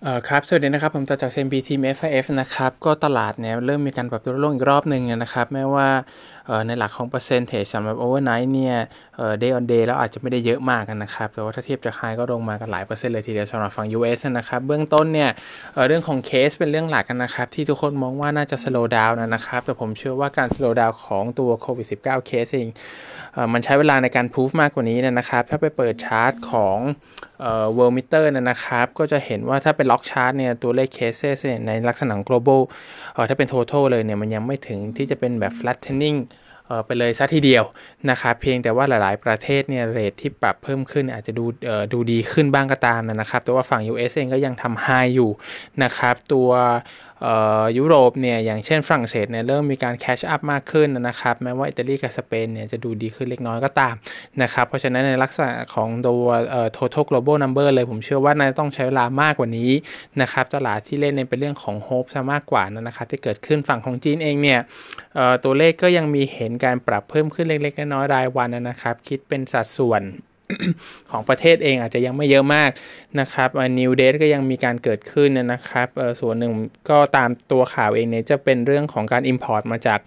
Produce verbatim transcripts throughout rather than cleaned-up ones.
เอ่อครับสวัสดีนะครับผมต่อจาก เอ็ม บี ทีม เอฟ ไอ เอฟ นะครับก็ตลาดเนี่ยเริ่มมีการปรับตัวลงอีกรอบหนึ่งนะครับแม้ว่าเอ่อในหลักของเปอร์เซ็นต์เทจสำหรับ overnight เนี่ยเอ่อ day on day แล้วอาจจะไม่ได้เยอะมากนะครับแต่ว่าถ้าเทียบจาก high ก็ลงมากันหลายเปอร์เซ็นต์เลยทีเดียวสำหรับฝั่ง ยู เอส นะครับเบื้องต้นเนี่ยเอ่อเรื่องของเคสเป็นเรื่องหลักกันนะครับที่ทุกคนมองว่าน่าจะ slow down นะครับแต่ผมเชื่อว่าการ slow down ของตัวโควิด สิบเก้า เคสเองเอ่อมันใช้เวลาในการ proof มากกว่านี้นะครับถ้าไปเปิดชาร์ตของเอ่อ world meter นะครับก็จะเห็นว่าถ้าเป็นล็อกชาร์ตเนี่ยตัวเลข cases ในลักษณะ global เอ่อถ้าเป็น total เลยเนี่ยมันยังไม่ถึงที่จะเป็นแบบ flattening เอ่อไปเลยซะทีเดียวนะครับเพียงแต่ว่าหลายๆประเทศเนี่ยเรทที่ปรับเพิ่มขึ้นอาจจะดูเอ่อดูดีขึ้นบ้างก็ตามนะครับแต่ว่าฝั่ง ยู เอส เองก็ยังทำ high อยู่นะครับตัวเอ่อยุโรปเนี่ยอย่างเช่นฝรั่งเศสเนี่ยเริ่มมีการ catch up มากขึ้นนะครับแม้ว่าอิตาลีกับสเปนเนี่ยจะดูดีขึ้นเล็กน้อยก็ตามนะครับเพราะฉะนั้นในลักษณะของตัวเอ่อ total global number เลยผมเชื่อว่าน่าจะต้องใช้เวลามากกว่านี้นะครับตลาดที่เล่นในเป็นเรื่องของ hope ซะมากกว่านะครับที่เกิดขึ้นฝั่งของจีนเองเนี่ยเอ่อตัวเลขก็ยังมีเห็นการปรับเพิ่มขึ้นเล็กๆน้อยๆรายวันนะครับคิดเป็นสัดส่วน ของประเทศเองอาจจะยังไม่เยอะมากนะครับ New Date ก็ยังมีการเกิดขึ้นนะครับส่วนหนึ่งก็ตามตัวข่าวเองเนี่ยจะเป็นเรื่องของการ import มาจาก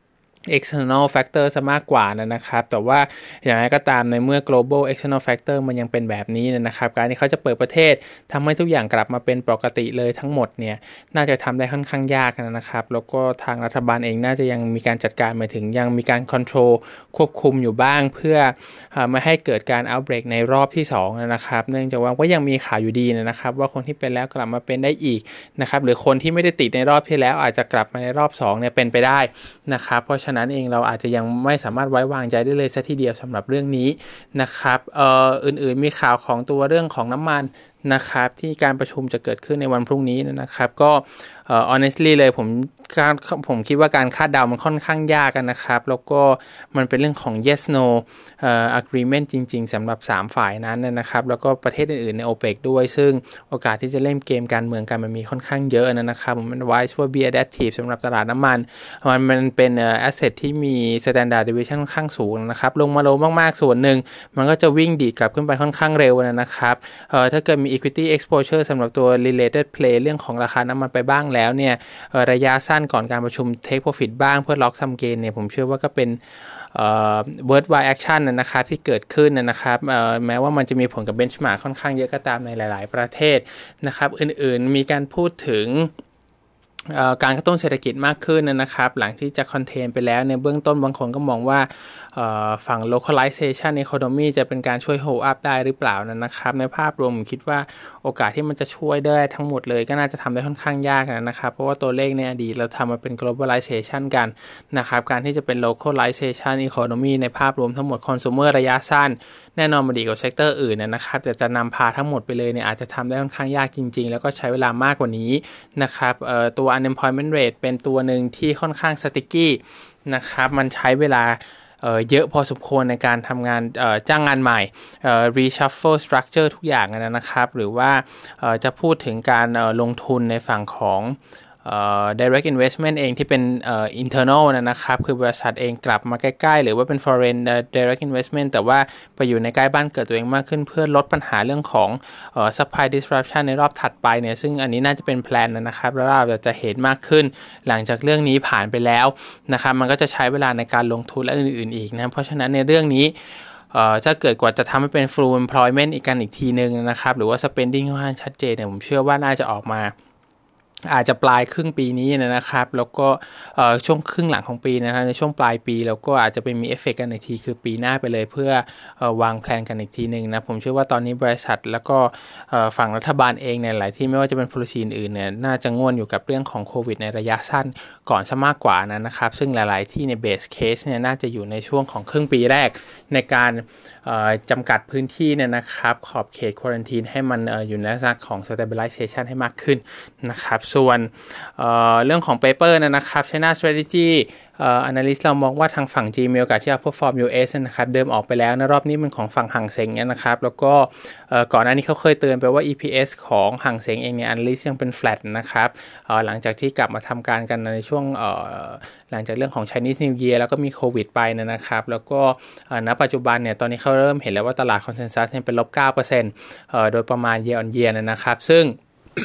external factor ซะมากกว่านะครับแต่ว่าอย่างไรก็ตามในเมื่อ global external factor มันยังเป็นแบบนี้นะครับการที่เขาจะเปิดประเทศทำให้ทุกอย่างกลับมาเป็นปกติเลยทั้งหมดเนี่ยน่าจะทำได้ค่อนข้างยากนะครับแล้วก็ทางรัฐบาลเองน่าจะยังมีการจัดการหมายถึงยังมีการ control ควบคุมอยู่บ้างเพื่อไม่ให้เกิดการ outbreak ในรอบที่สองนะครับเนื่องจากว่าก็ยังมีข่าวอยู่ดีนะครับว่าคนที่เป็นแล้วกลับมาเป็นได้อีกนะครับหรือคนที่ไม่ได้ติดในรอบที่แล้วอาจจะกลับมาในรอบสองเนี่ยเป็นไปได้นะครับเพราะฉะนั้นเองเราอาจจะยังไม่สามารถไว้วางใจได้เลยซะทีเดียวสำหรับเรื่องนี้นะครับเอ่ออื่นๆมีข่าวของตัวเรื่องของน้ำมันนะครับที่การประชุมจะเกิดขึ้นในวันพรุ่งนี้นะครับก็เอ่อ honestly เลยผมการผมคิดว่าการคาดเดามันค่อนข้างยากกันนะครับแล้วก็มันเป็นเรื่องของ yes no เอ่อ agreement จริงๆสำหรับสามฝ่ายนั้นนะครับแล้วก็ประเทศอื่นๆใน โอเปก ด้วยซึ่งโอกาสที่จะเล่นเกมการเมืองกันมันมีค่อนข้างเยอะนะครับผมมัน wise ว่า be adaptive สำหรับตลาดน้ำมันมันมันเป็นเอ่อ asset ที่มี standard deviation ค่อนข้างสูงนะครับลงมาโลมากๆส่วนหนึ่งมันก็จะวิ่งดีดกลับขึ้นไปค่อนข้างเร็วนะครับเอ่อถ้าเกิดมี equity exposure สำหรับตัว related play เรื่องของราคาน้ำมันไปบ้างแล้วเนี่ยระยะสั้นก่อนการประชุม take profit บ้างเพื่อ lock some gain เนี่ยผมเชื่อว่าก็เป็นเอ่อ worthwhile action นะครับที่เกิดขึ้นนะครับเอ่อแม้ว่ามันจะมีผลกับ benchmark ค่อนข้างเยอะก็ตามในหลายๆประเทศนะครับอื่นๆมีการพูดถึงการกระตุ้นเศรษฐกิจมากขึ้นนะครับหลังที่จะคอนเทนไปแล้วในเบื้องต้นบางคนก็มองว่าฝั่ง localization economy จะเป็นการช่วย hold up ได้หรือเปล่านะครับในภาพรวมผมคิดว่าโอกาสที่มันจะช่วยได้ทั้งหมดเลยก็น่าจะทำได้ค่อนข้างยากนะครับเพราะว่าตัวเลขในอดีตเราทำมาเป็น globalization กันนะครับการที่จะเป็น localization economy ในภาพรวมทั้งหมด consumer ระยะสั้นแน่นอนมันดีกว่าเซกเตอร์อื่นนะครับแต่จะนำพาทั้งหมดไปเลยเนี่ยอาจจะทำได้ค่อนข้างยากจริงๆแล้วก็ใช้เวลามากกว่านี้นะครับตัว unemployment rate เป็นตัวหนึ่งที่ค่อนข้าง sticky นะครับมันใช้เวลาเอ่อเยอะพอสมควรในการทำงานเอ่อจ้างงานใหม่เอ่อ reshuffle structure ทุกอย่างนะครับหรือว่าเอ่อจะพูดถึงการเอ่อลงทุนในฝั่งของเอ่อ direct investment เองที่เป็นเอ่อ internal นะครับคือบริษัทเองกลับมาใกล้ๆหรือว่าเป็น foreign direct investment แต่ว่าไปอยู่ในใกล้บ้านเกิดตัวเองมากขึ้นเพื่อลดปัญหาเรื่องของเอ่อ supply disruption ในรอบถัดไปเนี่ยซึ่งอันนี้น่าจะเป็นแพลนนะครับแล้วเราจะเห็นมากขึ้นหลังจากเรื่องนี้ผ่านไปแล้วนะครับมันก็จะใช้เวลาในการลงทุนและอื่นๆอีกนะเพราะฉะนั้นในเรื่องนี้เอ่อถ้าเกิดกว่าจะทำให้เป็น full employment อีกกันอีกทีนึงนะครับหรือว่า spending ค่อนข้างชัดเจนเนี่ยผมเชื่อว่าน่าจะออกมาอาจจะปลายครึ่งปีนี้นะครับแล้วก็ช่วงครึ่งหลังของปีนะครับในช่วงปลายปีแล้วก็อาจจะไปมีเอฟเฟกต์กันอีกทีคือปีหน้าไปเลยเพื่อวางแผนกันอีกทีนึงนะผมเชื่อว่าตอนนี้บริษัทแล้วก็ฝั่งรัฐบาลเองในหลายที่ไม่ว่าจะเป็น policy อื่นเนี่ยน่าจะง่วนอยู่กับเรื่องของโควิดในระยะสั้นก่อนซะมากกว่านะนะครับซึ่งหลายๆที่ใน base case เนี่ยน่าจะอยู่ในช่วงของครึ่งปีแรกในการจำกัดพื้นที่เนี่ยนะครับขอบเขต quarantine ให้มันอยู่ในลักษณะของ stabilization ให้มากขึ้นนะครับส่วนเอ่อเรื่องของ paper นะครับ China Strategy เอ่อ analyst เรามองว่าทางฝั่งจีนมีโอกาสที่จะ perform ยู เอส นะครับเดิมออกไปแล้วนะรอบนี้มันของฝั่งหังเส็งเนี่ยนะครับแล้วก็เอ่อก่อนหน้านี้เขาเคยเตือนไปว่า อี พี เอส ของหังเส็งเองเนี่ย analyst ยังเป็น flat นะครับเอ่อหลังจากที่กลับมาทำการกันในช่วงเอ่อหลังจากเรื่องของ Chinese New Year แล้วก็มีโควิดไปนะครับแล้วก็ณปัจจุบันเนี่ยตอนนี้เขาเริ่มเห็นแล้วว่าตลาด consensus เป็นลบ เก้าเปอร์เซ็นต์ เอ่อโดยประมาณ year on year นะครับซึ่ง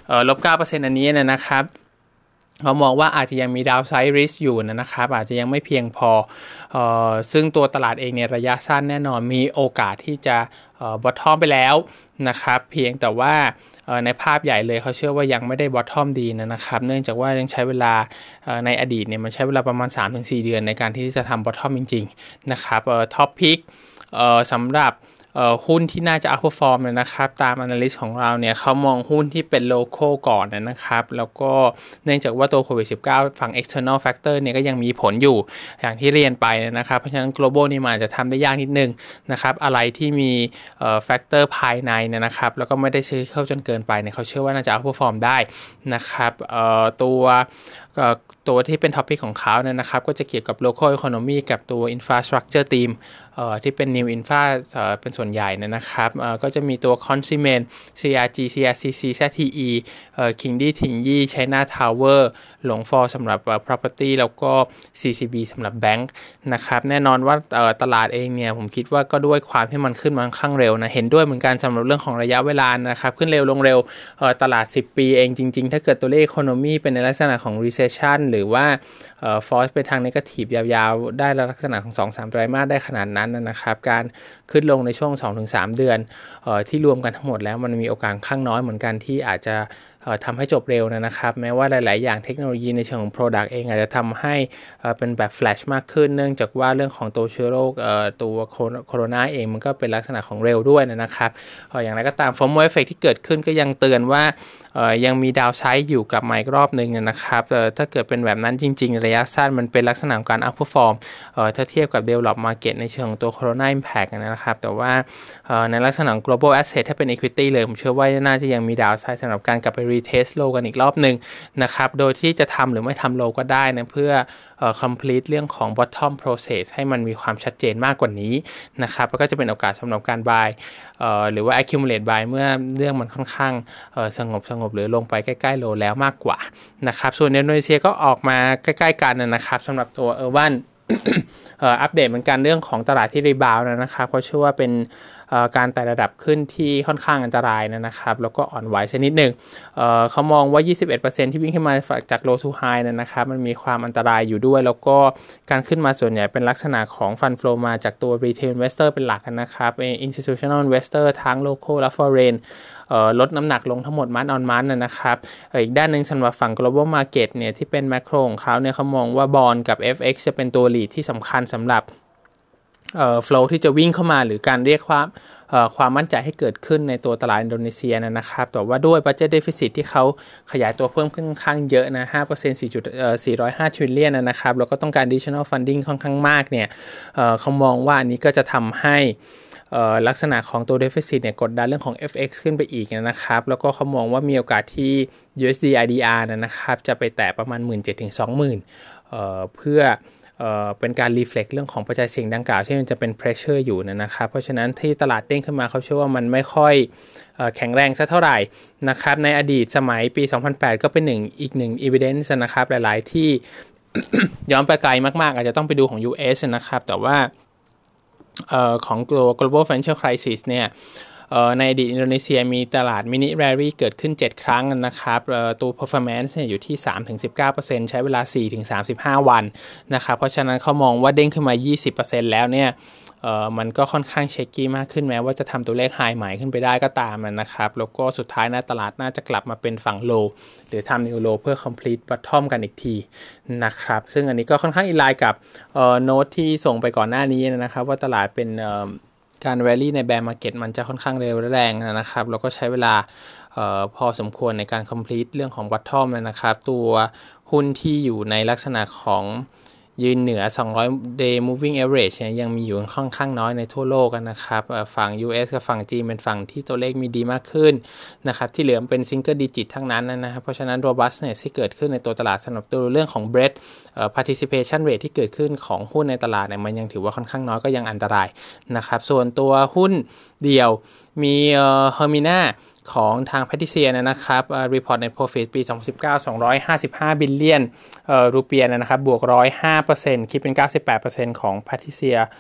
เอ่อลบ เก้าเปอร์เซ็นต์ อันนี้เนี่ยนะครับเขามองว่าอาจจะยังมีดาวไซด์ริสอยู่นะครับอาจจะยังไม่เพียงพอเอ่อซึ่งตัวตลาดเองเนี่ยระยะสั้นแน่นอนมีโอกาสที่จะเอ่อบอททอมไปแล้วนะครับเพียงแต่ว่าในภาพใหญ่เลยเขาเชื่อว่ายังไม่ได้บอททอมดีนะครับเนื่องจากว่ายังใช้เวลาในอดีตเนี่ยมันใช้เวลาประมาณ สามถึงสี่ เดือนในการที่จะทำบอททอมจริงๆนะครับท็อปพิกสำหรับหุ้นที่น่าจะ outperform เลยนะครับตาม analyst ของเราเนี่ยเขามองหุ้นที่เป็น local ก่อนนะครับแล้วก็เนื่องจากว่าตัวโควิด สิบเก้า ฝั่ง external factor เนี่ยก็ยังมีผลอยู่อย่างที่เรียนไปนะครับเพราะฉะนั้น global นี่มันอาจจะทำได้ยากนิดนึงนะครับอะไรที่มี factor ภายในเนี่ยนะครับแล้วก็ไม่ได้ซื้อเข้าจนเกินไปเนี่ยเขาเชื่อว่าน่าจะ outperform ได้นะครับตัวตัวที่เป็นท็อปิกของเขาเนี่ยนะครับก็จะเกี่ยวกับ local economy กับตัว infrastructure theme ที่เป็น new infra เป็นส่วนใหญ่นะครับก็จะมีตัว Consumer ซี อาร์ จี ซี อาร์ ซี ซี แซด ที อี Kingdee Tingyi China Tower หลงฟอร์สำหรับ property แล้วก็ ซี ซี บี สำหรับ bank นะครับแน่นอนว่าตลาดเองเนี่ยผมคิดว่าก็ด้วยความที่มันขึ้นมาค่อนข้างเร็วนะเห็นด้วยเหมือนกันสำหรับเรื่องของระยะเวลานะครับขึ้นเร็วลงเร็วตลาดสิบปีเองจริงๆถ้าเกิดตัวเลข economy เป็นในลักษณะของ recession หรือว่าฟอร์สไปทางเนกาทีฟยาวๆได้ลักษณะของ สองถึงสาม ไตรมาสได้ขนาดนั้นนะครับการขึ้นลงในช่วง สองถึงสาม เดือนเอ่อที่รวมกันทั้งหมดแล้วมันมีโอกาสข้างน้อยเหมือนกันที่อาจจะทำให้จบเร็วนะครับแม้ว่าหลายๆอย่างเทคโนโลยีในเชิงของ Product เองอาจจะทำให้เป็นแบบ Flash มากขึ้นเนื่องจากว่าเรื่องของตัวเชื้อโรคตัวโคโรนาเองมันก็เป็นลักษณะของเร็วด้วยนะครับอย่างไรก็ตาม FOMO Effect ที่เกิดขึ้นก็ยังเตือนว่ายังมีดาวไซด์อยู่กลับมาอีกรอบนึงนะครับถ้าเกิดเป็นแบบนั้นจริงๆระยะสั้นมันเป็นลักษณะของการ outperform ถ้าเทียบกับ Develop Market ในเชิงของตัว Corona Impact นะครับแต่ว่าในลักษณะของ Global Asset ถ้าเป็น Equity เลยผมเชื่อว่าน่าจะยังมีดาวไซด์สำหรับการกลับไป retest low กันอีกรอบนึงนะครับโดยที่จะทำหรือไม่ทำ low ก็ได้นะเพื่อ complete เรื่องของ bottom process ให้มันมีความชัดเจนมากกว่านี้นะครับแล้วก็จะเป็นโอกาสสำหรับการ buy หรือว่า accumulate buy เมื่อเรื่องมันค่อนข้างสงบสงบหรือลงไปใกล้ๆ low แล้วมากกว่านะครับส่วนอินโดนีเซียก็ออกมาใกล้ๆกันนะครับสำหรับตัวเออร์วันอัปเดตเหมือนกันเรื่องของตลาดที่รีบาวด์นะครับเขาเชื่อว่าเป็นการไต่ระดับขึ้นที่ค่อนข้างอันตรายนะครับแล้วก็อ่อนไหวสักนิดหนึ่ง เ, เขามองว่า ยี่สิบเอ็ดเปอร์เซ็นต์ ที่วิ่งขึ้นมาจาก low to high นะครับมันมีความอันตรายอยู่ด้วยแล้วก็การขึ้นมาส่วนใหญ่เป็นลักษณะของ fund flow มาจากตัว retail investor เป็นหลักนะครับ institutional investor ทั้ง local และ foreign ลดน้ำหนักลงทั้งหมดมันออนมันนะครับอีกด้านหนึ่งสำหรับฝั่ง global market เนี่ยที่เป็น macro ของเขาเนี่ยเขามองว่า bond กับ เอฟ เอ็กซ์ จะเป็นตัว lead ที่สำคัญสำหรับเอ่อ flow ที่จะวิ่งเข้ามาหรือการเรียกความเอ่อความมั่นใจให้เกิดขึ้นในตัวตลาดอินโดนีเซียนะครับแต่ว่าด้วย budget deficit ที่เขาขยายตัวเพิ่มขึ้นค่อนข้างเยอะนะ ห้าเปอร์เซ็นต์ สี่จุดสี่ศูนย์ห้า trillion นะครับแล้วก็ต้องการ additional funding ค่อนข้างมากเนี่ยเอ่อเขามองว่าอันนี้ก็จะทำให้ลักษณะของตัว deficit เนี่ยกดดันเรื่องของ เอฟ เอ็กซ์ ขึ้นไปอีกนะครับแล้วก็เขามองว่ามีโอกาสที่ ยู เอส ดี ไอ ดี อาร์ นะครับจะไปแตะประมาณ หนึ่งหมื่นเจ็ดพัน ถึง สองหมื่น เอ่อเพื่อเอ่อเป็นการ reflect เรื่องของปัจจัยเสี่ยงดังกล่าวที่มันจะเป็น pressure อยู่นะครับเพราะฉะนั้นที่ตลาดเด้งขึ้นมาเขาเชื่อว่ามันไม่ค่อยเอ่อแข็งแรงสักเท่าไหร่นะครับในอดีตสมัยปี สองพันแปด ก็เป็นหนึ่งอีกหนึ่ง evidence นะครับหลายๆที่ ย้อนไปไกลมากๆอาจจะต้องไปดูของ ยู เอส นะครับแต่ว่าเอ่อของตัว global financial crisis เนี่ยในอดีตอินโดนีเซียมีตลาดมินิแรลลี่เกิดขึ้นเจ็ดครั้งนะครับตัว performance เนี่ยอยู่ที่ สามถึงสิบเก้าเปอร์เซ็นต์ ใช้เวลา สี่ถึงสามสิบห้า วันนะครับเพราะฉะนั้นเขามองว่าเด้งขึ้นมา ยี่สิบเปอร์เซ็นต์ แล้วเนี่ยเอ่อมันก็ค่อนข้างเช็คกี้มากขึ้นแม้ว่าจะทำตัวเลขไฮใหม่ขึ้นไปได้ก็ตามนะครับแล้วก็สุดท้ายนะตลาดน่าจะกลับมาเป็นฝั่งโลหรือทำนิวโลเพื่อ complete bottom กันอีกทีนะครับซึ่งอันนี้ก็ค่อนข้างอินไลน์กับเอ่อโน้ตที่ส่งไปก่อนหน้านี้นะครับว่าตลาดเป็นเอ่อการ rally ใน bear market มันจะค่อนข้างเร็วและแรงนะครับแล้วก็ใช้เวลาเอ่อพอสมควรในการ complete เรื่องของ bottom นะครับตัวหุ้นที่อยู่ในลักษณะของยืนเหนือสองร้อย day moving average เนี่ยยังมีอยู่ค่อนข้างน้อยในทั่วโลกนะครับฝั่ง ยู เอส กับฝั่งจีนเป็นฝั่งที่ตัวเลขมีดีมากขึ้นนะครับที่เหลือเป็น single digit ทั้งนั้นนะครับเพราะฉะนั้น robustness ที่เกิดขึ้นในตัวตลาดสำหรับตัวเรื่องของ breadth participation rate ที่เกิดขึ้นของหุ้นในตลาดเนี่ยมันยังถือว่าค่อนข้างน้อยก็ยังอันตรายนะครับส่วนตัวหุ้นเดี่ยวมีเอ่อ Herminaของทางแพทิเซียนะครับ report net profit ปีสองพันสิบเก้า สองร้อยห้าสิบห้า บิลเลียนเอ่อรูเปียนะครับบวก หนึ่งร้อยห้าเปอร์เซ็นต์ คิดเป็น เก้าสิบแปดเปอร์เซ็นต์ ของแพทิเซีย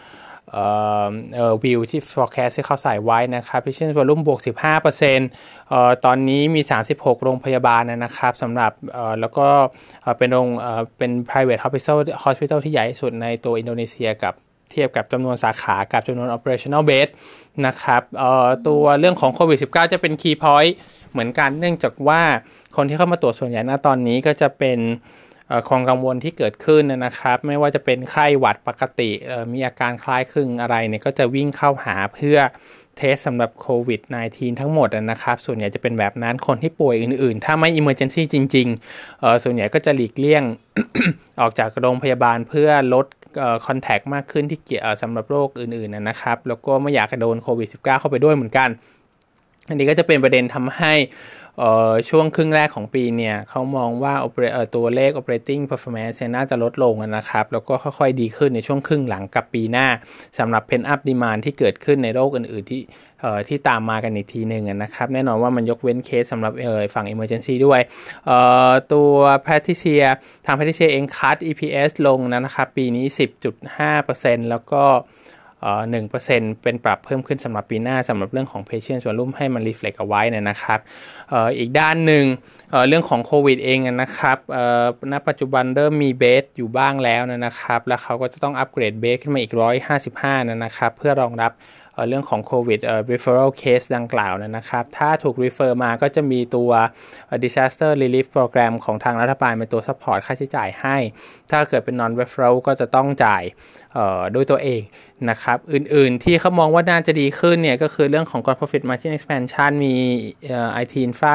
เอ่อเอ่อวิวที่ forecast ที่เขาใส่ไว้นะครับ patient volume บวก สิบห้าเปอร์เซ็นต์ เอ่อตอนนี้มีสามสิบหกโรงพยาบาลนะครับสำหรับเอ่อแล้วก็เอ่อเป็นโรงเอ่อเป็น private hospital hospital ที่ใหญ่ที่สุดในตัวอินโดนีเซียกับเทียบกับจำนวนสาขากับจำนวน operational bed นะครับเอ่อตัวเรื่องของโควิด สิบเก้า จะเป็น key point เหมือนกันเนื่องจากว่าคนที่เข้ามาตรวจส่วนใหญ่ณตอนนี้ก็จะเป็นความกังวลที่เกิดขึ้นนะครับไม่ว่าจะเป็นไข้หวัดปกติมีอาการคล้ายคลึงอะไรเนี่ยก็จะวิ่งเข้าหาเพื่อเทสสำหรับโควิด สิบเก้า ทั้งหมดนะครับส่วนใหญ่จะเป็นแบบนั้นคนที่ป่วยอื่นๆถ้าไม่ emergency จริงๆส่วนใหญ่ก็จะหลีกเลี่ยง ออกจากโรงพยาบาลเพื่อลดคอนแทคมากขึ้นที่เกี่ยวสำหรับโรคอื่นๆนะครับแล้วก็ไม่อยากจะโดนโควิด สิบเก้า เข้าไปด้วยเหมือนกันอันนี้ก็จะเป็นประเด็นทำให้ช่วงครึ่งแรกของปีเนี่ยเขามองว่าตัวเลข operating performance น่าจะลดลงนะครับแล้วก็ค่อยๆดีขึ้นในช่วงครึ่งหลังกับปีหน้าสำหรับ pent up demand ที่เกิดขึ้นในโรคอื่นๆที่ที่ตามมากันอีกทีหนึ่งนะครับแน่นอนว่ามันยกเว้นเคสสำหรับฝั่ง emergency ด้วยตัว Patricia ทาง Patricia เองคัด อี พี เอส ลงนะครับปีนี้ สิบจุดห้าเปอร์เซ็นต์ แล้วก็เอ่อ หนึ่งเปอร์เซ็นต์ เป็นปรับเพิ่มขึ้นสำหรับปีหน้าสำหรับเรื่องของ patient volume ให้มัน reflect เอาไว้นะครับเอ่ออีกด้านหนึ่งเอ่อเรื่องของโควิดเองนะครับเอ่อณปัจจุบันเริ่มมีเบสอยู่บ้างแล้วนะครับแล้วเขาก็จะต้องอัปเกรดเบสขึ้นมาอีกหนึ่งร้อยห้าสิบห้านะครับเพื่อรองรับเรื่องของโควิด referral case ดังกล่าวนะครับถ้าถูก refer มาก็จะมีตัว disaster relief program ของทางรัฐบาลเป็นตัว support ค่าใช้จ่ายให้ถ้าเกิดเป็น non referral ก็จะต้องจ่ายด้วยตัวเองนะครับอื่นๆที่เขามองว่าน่าจะดีขึ้นเนี่ยก็คือเรื่องของ gross profit margin expansion มี ไอ ที Infra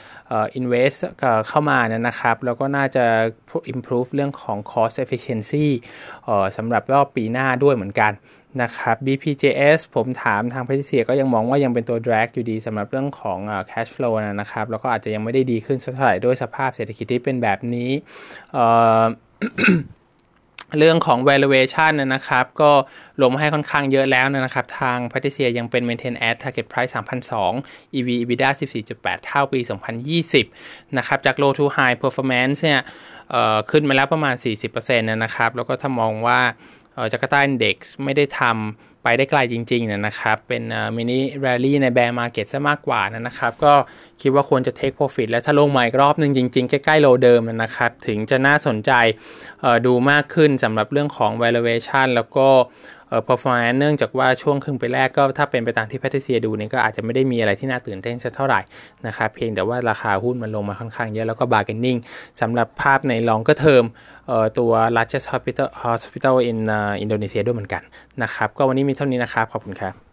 invest เข้ามานะครับแล้วก็น่าจะ improve เรื่องของ cost efficiency สำหรับรอบปีหน้าด้วยเหมือนกันนะครับ บี พี เจ เอส ผมถามทาง Patricia ก็ยังมองว่ายังเป็นตัว drag อยู่ดีสำหรับเรื่องของ cash flow นะครับแล้วก็อาจจะยังไม่ได้ดีขึ้นสักเท่าไหร่ด้วยสภาพเศรษฐกิจที่เป็นแบบนี้ เรื่องของ valuation นะครับก็ลงมาให้ค่อนข้างเยอะแล้วนะครับทาง Patricia ยังเป็น maintain at target price สามพันสองร้อย อี วี EBITDA สิบสี่จุดแปด เท่าปี สองพันยี่สิบนะครับจาก low to high performance เนี่ยเอ่อขึ้นมาแล้วประมาณ สี่สิบเปอร์เซ็นต์ นะครับแล้วก็ถ้ามองว่าเอ่อ Jakarta Index ไม่ได้ทำไปได้ไกลจริงๆนะครับเป็นมินิแรลลี่ในแบร์มาร์เก็ตซะมากกว่านะครับก็คิดว่าควรจะ take profit และถ้าลงมาอีกรอบนึงจริงๆใกล้ๆโลเดิมนะครับถึงจะน่าสนใจดูมากขึ้นสำหรับเรื่องของ valuation แล้วก็เอ่อ performance เนื่องจากว่าช่วงครึ่งปีแรกก็ถ้าเป็นไปตามที่ Patricia ดูเนี่ยก็อาจจะไม่ได้มีอะไรที่น่าตื่นเต้นสักเท่าไหร่นะครับเพียงแต่ว่าราคาหุ้นมันลงมาค่อนข้างเยอะแล้วก็ bargaining สำหรับภาพใน longer term เอ่อตัว largest hospital hospital in Indonesia ด้วยเหมือนกันนะครับก็วันนี้มีเท่านี้นะครับขอบคุณครับ